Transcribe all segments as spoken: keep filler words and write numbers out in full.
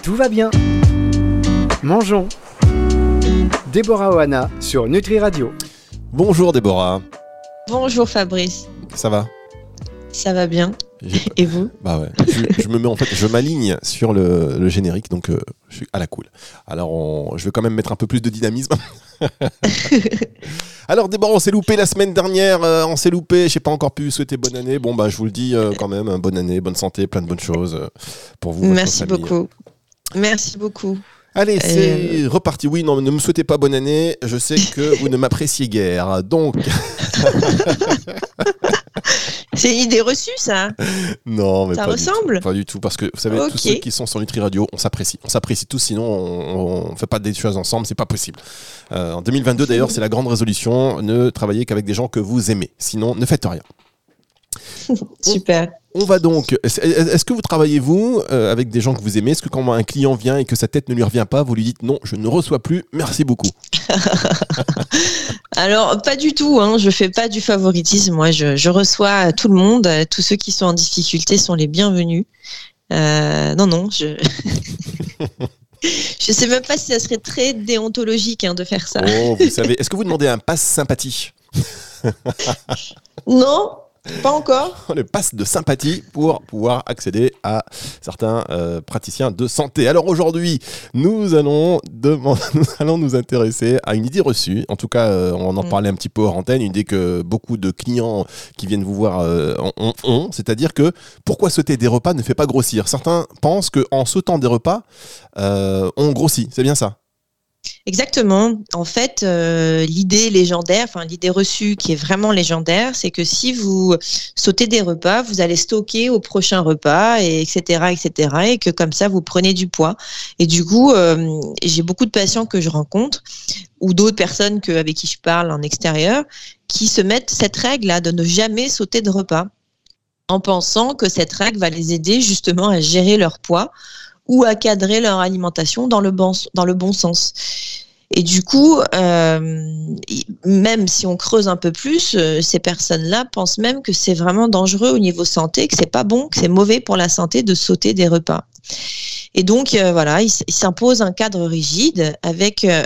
Tout va bien. Mangeons. Déborah Ohana sur Nutri Radio. Bonjour Déborah. Bonjour Fabrice. Ça va ? Ça va bien. J'ai... Et vous ? Bah ouais. Je, je me mets en fait, je m'aligne sur le, le générique, donc euh, je suis à la cool. Alors on, je vais quand même mettre un peu plus de dynamisme. Alors Déborah, on s'est loupé la semaine dernière, euh, on s'est loupé, j'ai pas encore pu souhaiter bonne année. Bon bah je vous le dis euh, quand même, bonne année, bonne santé, plein de bonnes choses euh, pour vous. Merci beaucoup. Merci beaucoup. Allez, c'est euh... reparti. Oui, non, ne me souhaitez pas bonne année. Je sais que vous ne m'appréciez guère. Donc. C'est une idée reçue, ça. Non, mais ça pas ressemble du tout, pas du tout. Parce que vous savez, okay. Tous ceux qui sont sur Nutri Radio, on s'apprécie. On s'apprécie tous, sinon on ne fait pas des choses ensemble. C'est pas possible. Euh, en deux mille vingt-deux, d'ailleurs, c'est la grande résolution. Ne travaillez qu'avec des gens que vous aimez. Sinon, ne faites rien. Super. On, on va donc. Est-ce que vous travaillez, vous, euh, avec des gens que vous aimez ? Est-ce que quand un client vient et que sa tête ne lui revient pas, vous lui dites non, je ne reçois plus, merci beaucoup ? Alors, pas du tout. Hein. Je ne fais pas du favoritisme. Moi, je, je reçois tout le monde. Tous ceux qui sont en difficulté sont les bienvenus. Euh, non, non, je. Je ne sais même pas si ça serait très déontologique hein, de faire ça. Oh, vous savez. Est-ce que vous demandez un pass sympathie ? Non. Pas encore. Le pass de sympathie pour pouvoir accéder à certains euh, praticiens de santé. Alors aujourd'hui, nous allons, demander, nous allons nous intéresser à une idée reçue. En tout cas, euh, on en parlait un petit peu hors antenne, une idée que beaucoup de clients qui viennent vous voir euh, ont, ont. C'est-à-dire que pourquoi sauter des repas ne fait pas grossir ? Certains pensent qu'en sautant des repas, euh, on grossit. C'est bien ça ? Exactement. En fait, euh, l'idée légendaire, enfin l'idée reçue qui est vraiment légendaire, c'est que si vous sautez des repas, vous allez stocker au prochain repas, et etc., et cetera, et que comme ça vous prenez du poids. Et du coup, euh, j'ai beaucoup de patients que je rencontre ou d'autres personnes que, avec qui je parle en extérieur, qui se mettent cette règle-là de ne jamais sauter de repas, en pensant que cette règle va les aider justement à gérer leur poids ou à cadrer leur alimentation dans le bon, dans le bon sens. Et du coup, euh, même si on creuse un peu plus, euh, ces personnes-là pensent même que c'est vraiment dangereux au niveau santé, que c'est pas bon, que c'est mauvais pour la santé de sauter des repas. Et donc, euh, voilà, il, il s'impose un cadre rigide avec euh,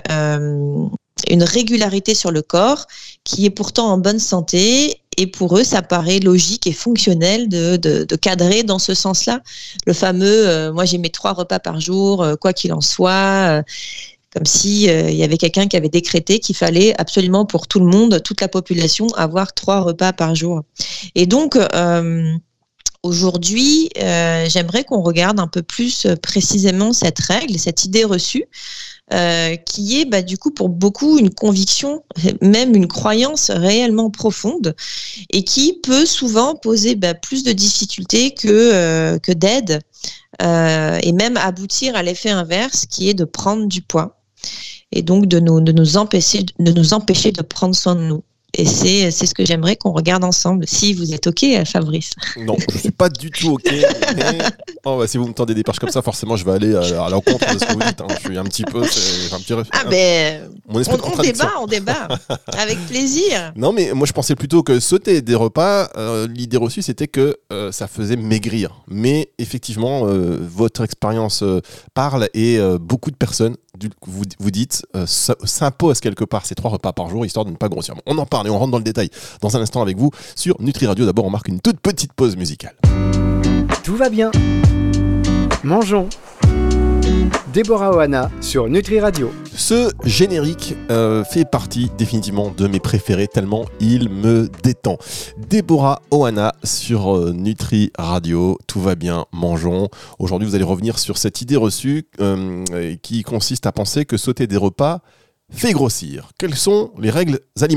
une régularité sur le corps qui est pourtant en bonne santé. Et pour eux, ça paraît logique et fonctionnel de, de, de cadrer dans ce sens-là. Le fameux, euh, moi j'ai mes trois repas par jour, euh, quoi qu'il en soit, euh, comme si euh, il y avait quelqu'un qui avait décrété qu'il fallait absolument pour tout le monde, toute la population, avoir trois repas par jour. Et donc, euh, aujourd'hui, euh, j'aimerais qu'on regarde un peu plus précisément cette règle, cette idée reçue, Euh, qui est bah, du coup pour beaucoup une conviction, même une croyance réellement profonde et qui peut souvent poser bah, plus de difficultés que, euh, que d'aide euh, et même aboutir à l'effet inverse qui est de prendre du poids et donc de nous, de nous, empêcher, de nous empêcher de prendre soin de nous. Et c'est, c'est ce que j'aimerais qu'on regarde ensemble. Si vous êtes OK, Fabrice. Non, je ne suis pas du tout OK. Mais... Oh, bah, si vous me tendez des perches comme ça, forcément, je vais aller à, à l'encontre de ce que vous dites. Hein. Je suis un petit peu... C'est, un petit... Ah ben, on, on débat, on débat. Avec plaisir. Non, mais moi, je pensais plutôt que sauter des repas, euh, l'idée reçue, c'était que euh, ça faisait maigrir. Mais effectivement, euh, votre expérience euh, parle et euh, beaucoup de personnes, du, vous, vous dites, euh, s'imposent quelque part ces trois repas par jour, histoire de ne pas grossir. Bon, on en parle et on rentre dans le détail dans un instant avec vous sur Nutri Radio. D'abord, on marque une toute petite pause musicale. Tout va bien. Mangeons. Déborah Ohana sur Nutri Radio. Ce générique euh, fait partie définitivement de mes préférés tellement il me détend. Déborah Ohana sur euh, Nutri Radio. Tout va bien, mangeons. Aujourd'hui, vous allez revenir sur cette idée reçue euh, qui consiste à penser que sauter des repas fait grossir. Quelles sont les règles alimentaires ?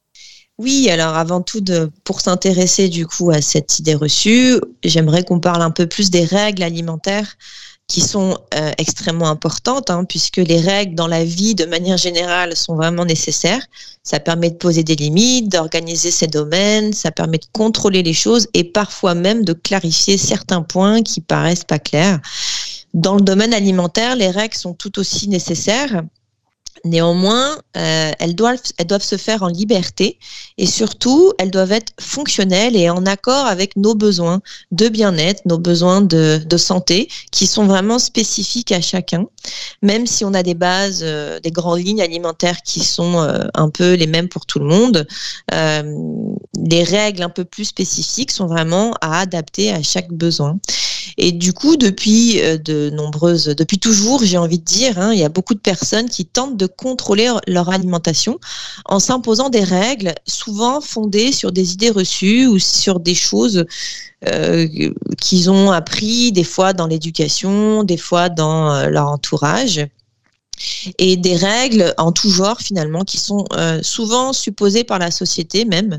Oui, alors avant tout, de, pour s'intéresser du coup à cette idée reçue, j'aimerais qu'on parle un peu plus des règles alimentaires qui sont euh, extrêmement importantes, hein, puisque les règles dans la vie, de manière générale, sont vraiment nécessaires. Ça permet de poser des limites, d'organiser ses domaines, ça permet de contrôler les choses et parfois même de clarifier certains points qui paraissent pas clairs. Dans le domaine alimentaire, les règles sont tout aussi nécessaires. Néanmoins, euh, elles doivent, elles doivent se faire en liberté et surtout, elles doivent être fonctionnelles et en accord avec nos besoins de bien-être, nos besoins de, de santé qui sont vraiment spécifiques à chacun. Même si on a des bases, euh, des grandes lignes alimentaires qui sont euh, un peu les mêmes pour tout le monde, euh, les règles un peu plus spécifiques sont vraiment à adapter à chaque besoin. Et du coup, depuis euh, de nombreuses, depuis toujours, j'ai envie de dire, hein, il y a beaucoup de personnes qui tentent de contrôler leur alimentation en s'imposant des règles, souvent fondées sur des idées reçues ou sur des choses euh, qu'ils ont appris, des fois dans l'éducation, des fois dans euh, leur entourage. Et des règles en tout genre, finalement, qui sont euh, souvent supposées par la société même.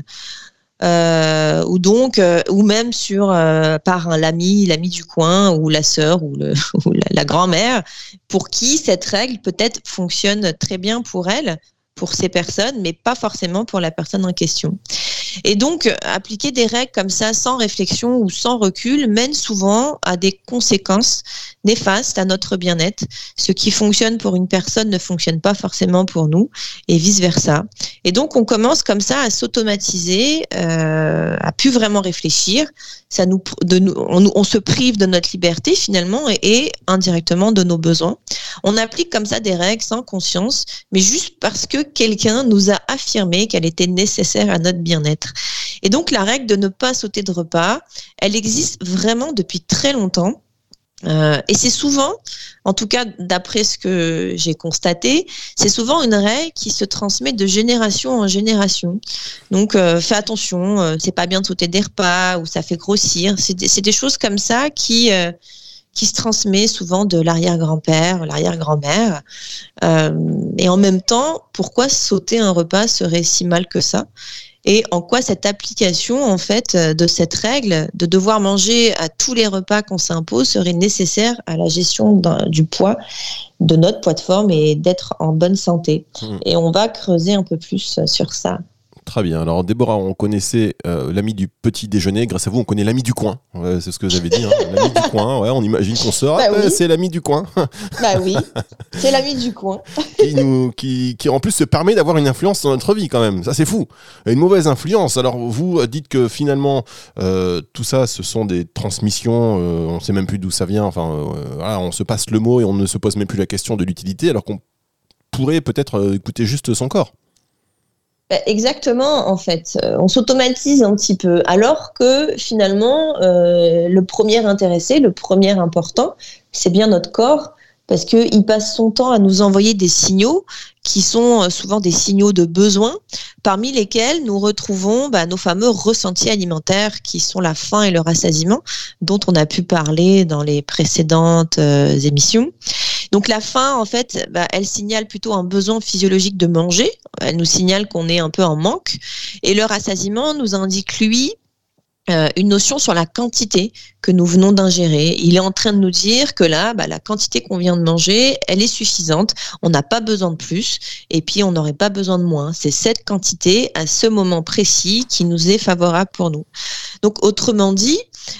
Euh, ou donc, euh, ou même sur euh, par un l'ami, l'ami du coin, ou la sœur, ou, le, ou la, la grand-mère, pour qui cette règle peut-être fonctionne très bien pour elle, pour ces personnes, mais pas forcément pour la personne en question. Et donc, appliquer des règles comme ça, sans réflexion ou sans recul, mène souvent à des conséquences néfastes à notre bien-être. Ce qui fonctionne pour une personne ne fonctionne pas forcément pour nous, et vice-versa. Et donc, on commence comme ça à s'automatiser, euh, à plus vraiment réfléchir. Ça nous, de nous, on, on se prive de notre liberté finalement et, et indirectement de nos besoins. On applique comme ça des règles sans conscience, mais juste parce que quelqu'un nous a affirmé qu'elle était nécessaire à notre bien-être. Et donc, la règle de ne pas sauter de repas, elle existe vraiment depuis très longtemps. Euh, et c'est souvent, en tout cas d'après ce que j'ai constaté, c'est souvent une règle qui se transmet de génération en génération. Donc euh, fais attention, euh, c'est pas bien de sauter des repas ou ça fait grossir. C'est des, c'est des choses comme ça qui euh, qui se transmet souvent de l'arrière-grand-père, l'arrière-grand-mère. Euh, et en même temps, pourquoi sauter un repas serait si mal que ça ? Et en quoi cette application, en fait, de cette règle de devoir manger à tous les repas qu'on s'impose serait nécessaire à la gestion du poids, de notre poids de forme et d'être en bonne santé. Mmh. Et on va creuser un peu plus sur ça. Très bien. Alors, Déborah, on connaissait euh, l'ami du petit déjeuner. Grâce à vous, on connaît l'ami du coin. Ouais, c'est ce que j'avais dit. Hein. L'ami du coin. Ouais, on imagine qu'on sort. Bah ah, oui. C'est l'ami du coin. Bah oui, c'est l'ami du coin. qui, nous, qui, qui, en plus, se permet d'avoir une influence dans notre vie, quand même. Ça, c'est fou. Une mauvaise influence. Alors, vous dites que finalement, euh, tout ça, ce sont des transmissions. Euh, on ne sait même plus d'où ça vient. Enfin, euh, voilà, on se passe le mot et on ne se pose même plus la question de l'utilité, alors qu'on pourrait peut-être euh, écouter juste son corps. Exactement, en fait. On s'automatise un petit peu, alors que finalement, euh, le premier intéressé, le premier important, c'est bien notre corps, parce qu'il passe son temps à nous envoyer des signaux qui sont souvent des signaux de besoin, parmi lesquels nous retrouvons bah, nos fameux ressentis alimentaires qui sont la faim et le rassasiement, dont on a pu parler dans les précédentes euh, émissions. Donc la faim, en fait, bah, elle signale plutôt un besoin physiologique de manger, elle nous signale qu'on est un peu en manque, et le rassasiement nous indique, lui, Euh, une notion sur la quantité que nous venons d'ingérer. Il est en train de nous dire que là, bah, la quantité qu'on vient de manger, elle est suffisante. On n'a pas besoin de plus et puis on n'aurait pas besoin de moins. C'est cette quantité à ce moment précis qui nous est favorable pour nous. Donc, autrement dit,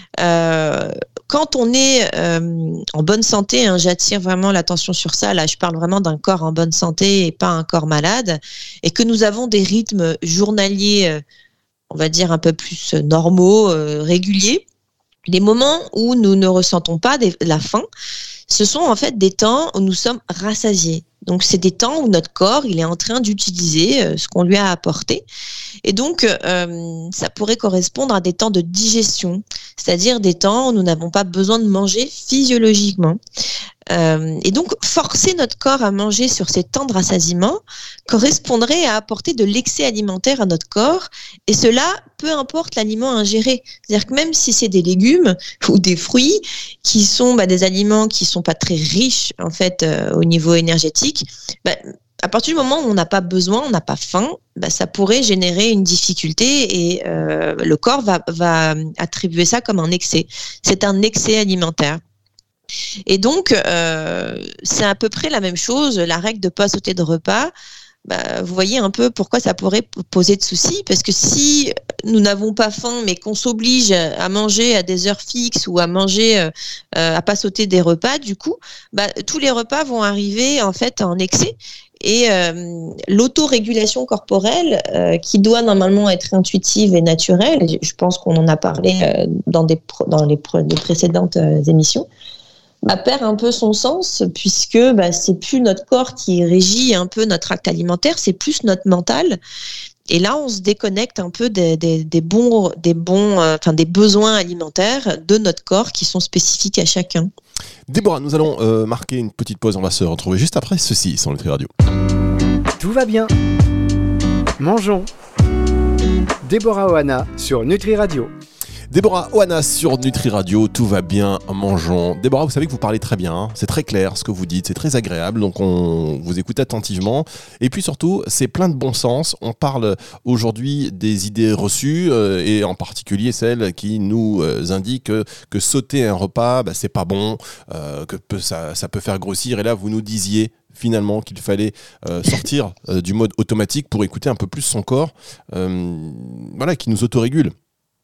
euh, quand on est euh, en bonne santé, hein, j'attire vraiment l'attention sur ça. Là, je parle vraiment d'un corps en bonne santé et pas un corps malade, et que nous avons des rythmes journaliers euh, on va dire un peu plus normaux, euh, réguliers, les moments où nous ne ressentons pas des, la faim, ce sont en fait des temps où nous sommes rassasiés. Donc, c'est des temps où notre corps, il est en train d'utiliser euh, ce qu'on lui a apporté. Et donc, euh, ça pourrait correspondre à des temps de digestion, c'est-à-dire des temps où nous n'avons pas besoin de manger physiologiquement. Euh, et donc, forcer notre corps à manger sur ces temps de rassasiement correspondrait à apporter de l'excès alimentaire à notre corps, et cela, peu importe l'aliment ingéré. C'est-à-dire que même si c'est des légumes ou des fruits qui sont bah, des aliments qui sont pas très riches en fait euh, au niveau énergétique, bah, à partir du moment où on n'a pas besoin, on n'a pas faim, bah, ça pourrait générer une difficulté et euh, le corps va, va attribuer ça comme un excès. C'est un excès alimentaire. Et donc, euh, c'est à peu près la même chose, la règle de ne pas sauter de repas. bah, vous voyez un peu pourquoi ça pourrait poser de soucis. Parce que si nous n'avons pas faim, mais qu'on s'oblige à manger à des heures fixes ou à manger, euh, à pas sauter des repas, du coup, bah, tous les repas vont arriver en fait en excès. Et euh, l'autorégulation corporelle, euh, qui doit normalement être intuitive et naturelle, je pense qu'on en a parlé euh, dans, des, dans les, les précédentes euh, émissions, bah, perd un peu son sens, puisque bah, c'est plus notre corps qui régit un peu notre acte alimentaire, c'est plus notre mental. Et là, on se déconnecte un peu des, des, des bons, des bons, euh, enfin des besoins alimentaires de notre corps qui sont spécifiques à chacun. Déborah, nous allons euh, marquer une petite pause. On va se retrouver juste après ceci sur Nutri Radio. Tout va bien. Mangeons. Déborah Ohana sur Nutri Radio. Déborah Ohana sur Nutri Radio, tout va bien, mangeons. Déborah, vous savez que vous parlez très bien, hein, c'est très clair ce que vous dites, c'est très agréable, donc on vous écoute attentivement. Et puis surtout, c'est plein de bon sens. On parle aujourd'hui des idées reçues, euh, et en particulier celles qui nous euh, indiquent que, que sauter un repas, bah, c'est pas bon, euh, que peut, ça, ça peut faire grossir. Et là, vous nous disiez finalement qu'il fallait euh, sortir euh, du mode automatique pour écouter un peu plus son corps, euh, voilà, qui nous autorégule.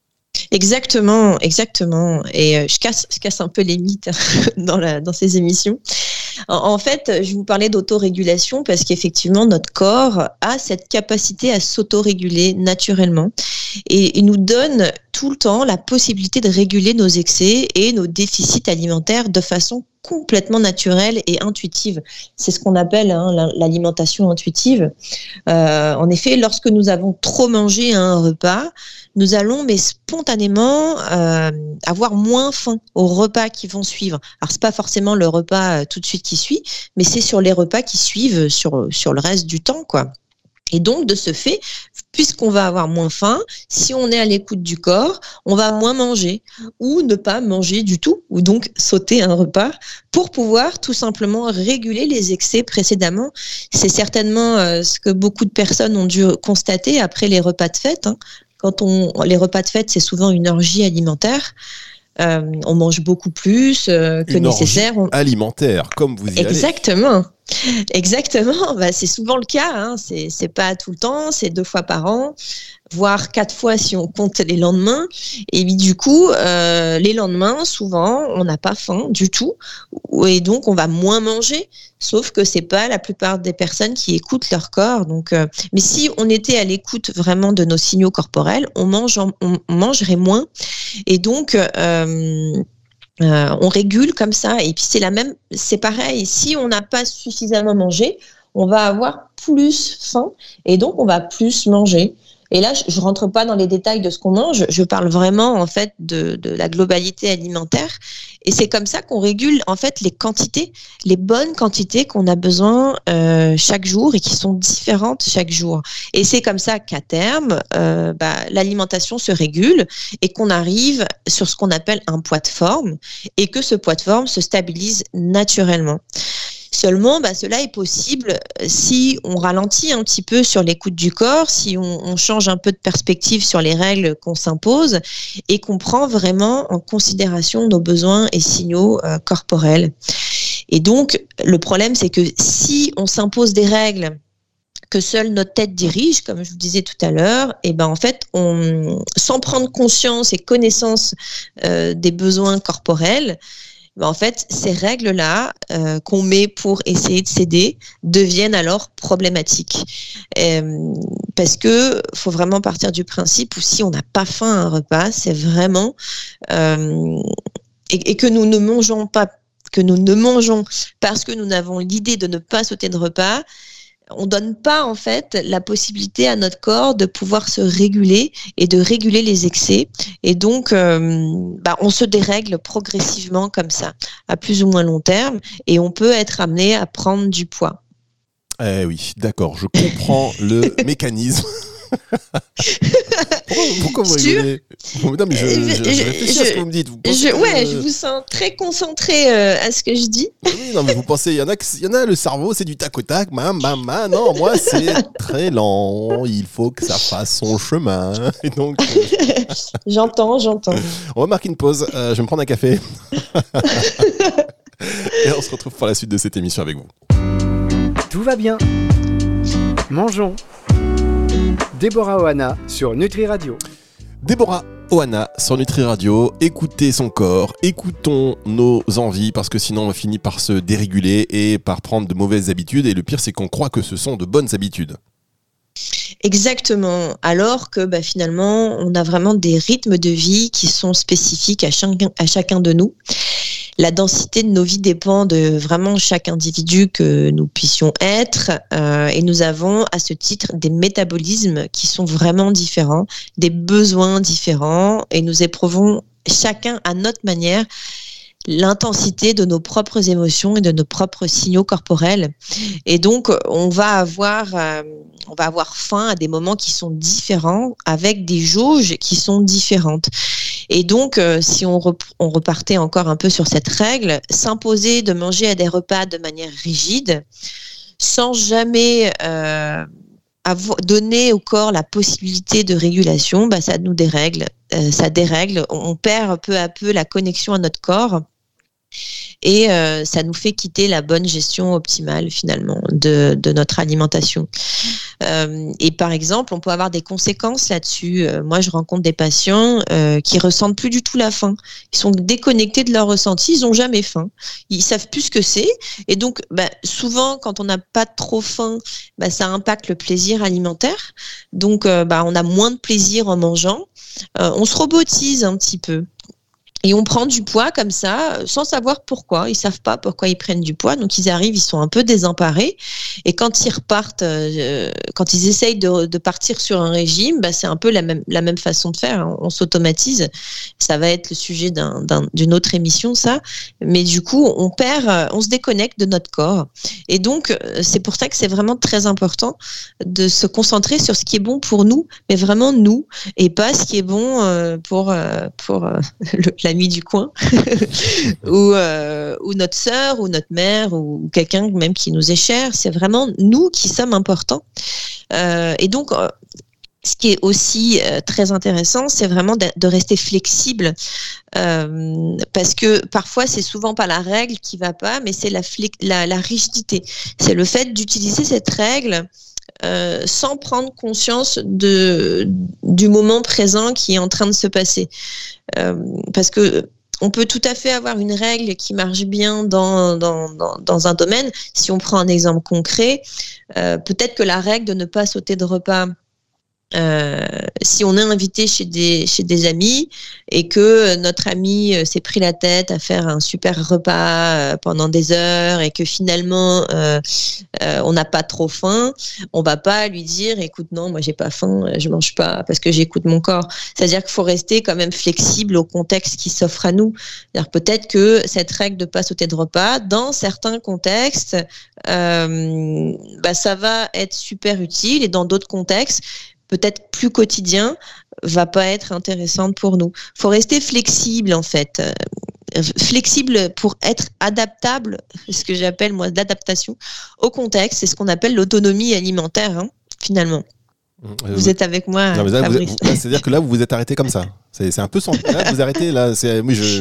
Exactement, exactement. Et euh, je casse, je casse un peu les mythes dans, la, dans ces émissions. En, en fait, je vous parlais d'autorégulation parce qu'effectivement, notre corps a cette capacité à s'autoréguler naturellement et il nous donne tout le temps la possibilité de réguler nos excès et nos déficits alimentaires de façon complètement naturelle et intuitive. C'est ce qu'on appelle hein, l'alimentation intuitive. Euh, en effet, lorsque nous avons trop mangé à un repas, nous allons mais spontanément euh, avoir moins faim aux repas qui vont suivre. Alors c'est pas forcément le repas euh, tout de suite qui suit, mais c'est sur les repas qui suivent sur sur le reste du temps, quoi. Et donc, de ce fait, puisqu'on va avoir moins faim, si on est à l'écoute du corps, on va moins manger ou ne pas manger du tout, ou donc sauter un repas pour pouvoir tout simplement réguler les excès précédemment. C'est certainement euh, ce que beaucoup de personnes ont dû constater après les repas de fête. Hein. Quand on, les repas de fête, c'est souvent une orgie alimentaire. Euh, on mange beaucoup plus euh, que une nécessaire. Orgie alimentaire, comme vous y allez. Exactement. Exactement, bah, c'est souvent le cas, hein. c'est, c'est pas tout le temps, c'est deux fois par an, voire quatre fois si on compte les lendemains. Et puis, du coup, euh, les lendemains, souvent, on n'a pas faim du tout, et donc on va moins manger. Sauf que c'est pas la plupart des personnes qui écoutent leur corps. Donc, euh, mais si on était à l'écoute vraiment de nos signaux corporels, on mange, on, on mangerait moins, et donc. Euh, Euh, on régule comme ça, et puis c'est la même, c'est pareil. Si on n'a pas suffisamment mangé, on va avoir plus faim, et donc on va plus manger. Et là, je ne rentre pas dans les détails de ce qu'on mange, je parle vraiment en fait de, de la globalité alimentaire. Et c'est comme ça qu'on régule en fait les quantités, les bonnes quantités qu'on a besoin euh, chaque jour et qui sont différentes chaque jour. Et c'est comme ça qu'à terme, euh, bah, l'alimentation se régule et qu'on arrive sur ce qu'on appelle un poids de forme et que ce poids de forme se stabilise naturellement. Seulement, bah, cela est possible si on ralentit un petit peu sur l'écoute du corps, si on, on change un peu de perspective sur les règles qu'on s'impose et qu'on prend vraiment en considération nos besoins et signaux euh, corporels. Et donc, le problème, c'est que si on s'impose des règles que seule notre tête dirige, comme je vous disais tout à l'heure, et ben en fait, on, sans prendre conscience et connaissance euh, des besoins corporels, en fait, ces règles-là euh, qu'on met pour essayer de s'aider deviennent alors problématiques. Euh, parce que faut vraiment partir du principe où si on n'a pas faim à un repas, c'est vraiment euh, et, et que nous ne mangeons pas, que nous ne mangeons parce que nous avons l'idée de ne pas sauter de repas. On donne pas en fait la possibilité à notre corps de pouvoir se réguler et de réguler les excès, et donc euh, bah, on se dérègle progressivement comme ça à plus ou moins long terme, et on peut être amené à prendre du poids. Eh oui, d'accord, je comprends le mécanisme. pourquoi, pourquoi vous rigolez ? Non, mais je, je, je, je réfléchis je, à ce que vous me dites. Vous je, ouais, que... je vous sens très concentré euh, à ce que je dis. Oui, non, mais vous pensez, il y en a, il y en a le cerveau, c'est du tac au tac, mam, mam, mam. Non, moi, c'est très lent. Il faut que ça fasse son chemin. Et donc, j'entends, j'entends. On va marquer une pause. Euh, je vais me prendre un café. Et on se retrouve pour la suite de cette émission avec vous. Tout va bien. Mangeons. Déborah Ohana sur Nutri Radio. Déborah Ohana sur Nutri Radio. Écoutez son corps, écoutons nos envies, parce que sinon on finit par se déréguler et par prendre de mauvaises habitudes. Et le pire, c'est qu'on croit que ce sont de bonnes habitudes. Exactement, alors que bah, finalement, on a vraiment des rythmes de vie qui sont spécifiques à chacun, à chacun de nous. La densité de nos vies dépend de vraiment chaque individu que nous puissions être, euh, et nous avons à ce titre des métabolismes qui sont vraiment différents, des besoins différents, et nous éprouvons chacun à notre manière l'intensité de nos propres émotions et de nos propres signaux corporels. Et donc, on va avoir, euh, on va avoir faim à des moments qui sont différents, avec des jauges qui sont différentes. Et donc, euh, si on, rep- on repartait encore un peu sur cette règle, s'imposer de manger à des repas de manière rigide, sans jamais euh, avoir, donner au corps la possibilité de régulation, bah, ça nous dérègle. Euh, ça dérègle. On perd peu à peu la connexion à notre corps. Et euh, ça nous fait quitter la bonne gestion optimale finalement de, de notre alimentation. Euh, et par exemple, on peut avoir des conséquences là-dessus. Euh, moi, je rencontre des patients euh, qui ressentent plus du tout la faim. Ils sont déconnectés de leur ressenti. Ils n'ont jamais faim. Ils savent plus ce que c'est. Et donc, bah, souvent, quand on n'a pas trop faim, bah, ça impacte le plaisir alimentaire. Donc, euh, bah, on a moins de plaisir en mangeant. Euh, on se robotise un petit peu. Et on prend du poids comme ça, sans savoir pourquoi. Ils savent pas pourquoi ils prennent du poids. Donc, ils arrivent, ils sont un peu désemparés. Et quand ils repartent, euh, quand ils essayent de, de partir sur un régime, bah, c'est un peu la même, la même façon de faire. On, on s'automatise. Ça va être le sujet d'un, d'un, d'une autre émission, ça. Mais du coup, on perd, on se déconnecte de notre corps. Et donc, c'est pour ça que c'est vraiment très important de se concentrer sur ce qui est bon pour nous, mais vraiment nous, et pas ce qui est bon euh, pour, euh, pour euh, le, l'ami du coin ou, euh, ou notre sœur ou notre mère ou quelqu'un même qui nous est cher. C'est vraiment nous qui sommes importants. Euh, et donc, euh, ce qui est aussi euh, très intéressant, c'est vraiment de, de rester flexible, euh, parce que parfois, c'est souvent pas la règle qui va pas, mais c'est la, fle- la, la rigidité. C'est le fait d'utiliser cette règle Euh, sans prendre conscience de, du moment présent qui est en train de se passer. Euh, parce que on peut tout à fait avoir une règle qui marche bien dans, dans, dans, dans un domaine. Si on prend un exemple concret, euh, peut-être que la règle de ne pas sauter de repas, Euh, si on est invité chez des, chez des amis et que notre ami euh, s'est pris la tête à faire un super repas euh, pendant des heures et que finalement euh, euh, on n'a pas trop faim, on va pas lui dire écoute non moi j'ai pas faim, je mange pas parce que j'écoute mon corps. C'est-à-dire qu'il faut rester quand même flexible au contexte qui s'offre à nous. C'est-à-dire peut-être que cette règle de pas sauter de repas dans certains contextes euh, bah, ça va être super utile et dans d'autres contextes peut-être plus quotidien, va pas être intéressante pour nous. Faut rester flexible en fait, euh, flexible pour être adaptable, ce que j'appelle moi l'adaptation au contexte, c'est ce qu'on appelle l'autonomie alimentaire hein, finalement. Vous, vous êtes avec moi, non, mais là, Fabrice. Vous êtes, là, c'est-à-dire que là, vous vous êtes arrêté comme ça. C'est, c'est un peu sans. Là, vous arrêtez là. C'est, oui, je.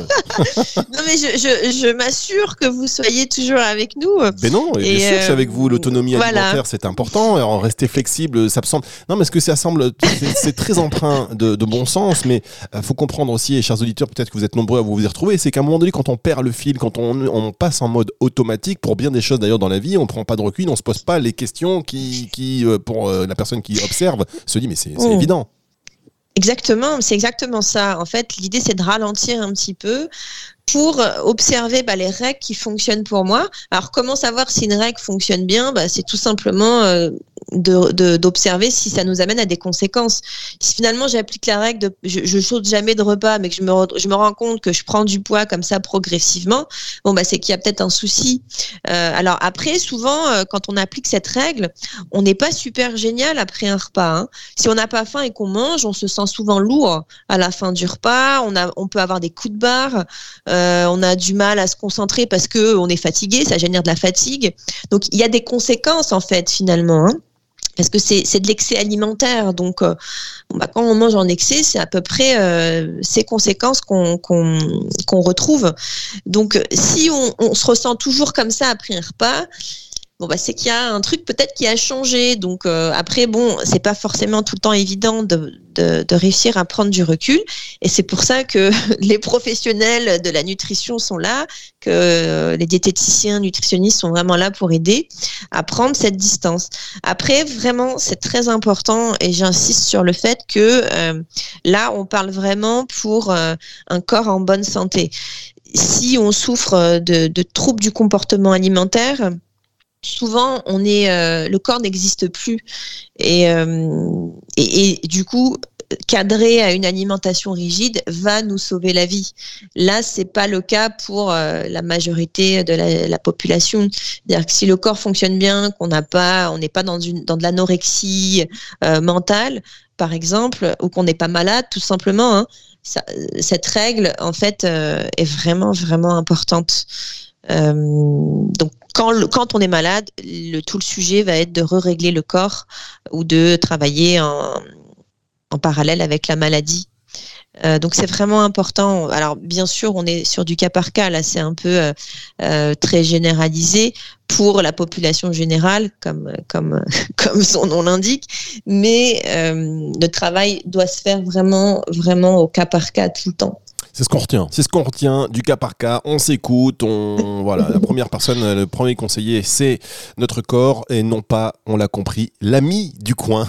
Non, mais je, je, je m'assure que vous soyez toujours avec nous. Mais non, et bien sûr, euh, je suis avec vous. L'autonomie voilà. alimentaire, c'est important. Alors, rester flexible, ça me semble. Non, mais ce que ça semble, c'est, c'est très empreint de, de bon sens. Mais il euh, faut comprendre aussi, et chers auditeurs, peut-être que vous êtes nombreux à vous y retrouver, c'est qu'à un moment donné, quand on perd le fil, quand on, on passe en mode automatique, pour bien des choses d'ailleurs dans la vie, on prend pas de recul, on se pose pas les questions qui, qui euh, pour euh, la personne qui observe, se dit mais c'est, c'est mmh. évident. Exactement, c'est exactement ça. En fait, l'idée, c'est de ralentir un petit peu pour observer bah, les règles qui fonctionnent pour moi. Alors, comment savoir si une règle fonctionne bien bah, c'est tout simplement euh, de, de, d'observer si ça nous amène à des conséquences. Si finalement, j'applique la règle de je, je saute jamais de repas, mais que je me, re, je me rends compte que je prends du poids comme ça progressivement, bon, bah, c'est qu'il y a peut-être un souci. Euh, alors après, souvent, euh, quand on applique cette règle, on n'est pas super génial après un repas. Hein. Si on n'a pas faim et qu'on mange, on se sent souvent lourd à la fin du repas. On, a, on peut avoir des coups de barre. Euh, on a du mal à se concentrer parce qu'on est fatigué, ça génère de la fatigue. Donc, il y a des conséquences, en fait, finalement, hein, parce que c'est, c'est de l'excès alimentaire. Donc, euh, bon, bah, quand on mange en excès, c'est à peu près euh, ces conséquences qu'on, qu'on, qu'on retrouve. Donc, si on, on se ressent toujours comme ça après un repas, bon bah c'est qu'il y a un truc peut-être qui a changé. Donc euh, après bon, c'est pas forcément tout le temps évident de, de, de réussir à prendre du recul, et c'est pour ça que les professionnels de la nutrition sont là, que euh, les diététiciens, nutritionnistes sont vraiment là pour aider à prendre cette distance. Après vraiment c'est très important, et j'insiste sur le fait que euh, là on parle vraiment pour euh, un corps en bonne santé. Si on souffre de, de troubles du comportement alimentaire, souvent on est euh, le corps n'existe plus, et, euh, et, et du coup cadrer à une alimentation rigide va nous sauver la vie. Là c'est pas le cas pour euh, la majorité de la, la population. C'est-à-dire que si le corps fonctionne bien, qu'on n'a pas, on n'est pas dans une dans de l'anorexie euh, mentale par exemple, ou qu'on n'est pas malade tout simplement, hein, ça, cette règle en fait euh, est vraiment vraiment importante. Euh, donc quand, le, quand on est malade, le, tout le sujet va être de re-régler le corps ou de travailler en, en parallèle avec la maladie. Euh, donc c'est vraiment important. Alors bien sûr, on est sur du cas par cas. Là, c'est un peu euh, euh, très généralisé pour la population générale, comme comme comme son nom l'indique. Mais euh, le travail doit se faire vraiment vraiment au cas par cas tout le temps. C'est ce qu'on retient. C'est ce qu'on retient du cas par cas. On s'écoute. On voilà. La première personne, le premier conseiller, c'est notre corps et non pas, on l'a compris, l'ami du coin.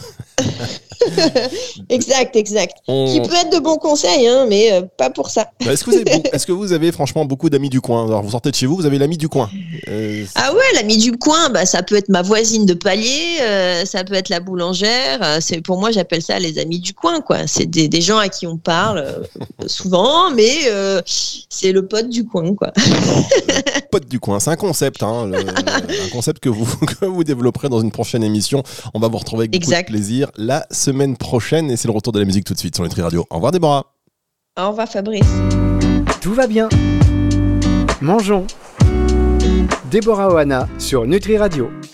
Exact, exact. On... Qui peut être de bons conseils, hein, mais euh, pas pour ça. Est-ce que vous avez, beaucoup, est-ce que vous avez franchement beaucoup d'amis du coin? Alors vous sortez de chez vous, vous avez l'ami du coin. Euh, ah ouais, l'ami du coin, bah ça peut être ma voisine de palier, euh, ça peut être la boulangère. Euh, c'est pour moi, j'appelle ça les amis du coin, quoi. C'est des, des gens à qui on parle euh, souvent, mais euh, c'est le pote du coin, quoi. Le pote du coin, c'est un concept, hein, le, un concept que vous que vous développerez dans une prochaine émission. On va vous retrouver avec beaucoup exact. de plaisir la semaine prochaine, et c'est le retour de la musique tout de suite sur Nutri Radio. Au revoir Déborah. Au revoir Fabrice. Tout va bien. Mangeons. Déborah Ohana sur Nutri Radio.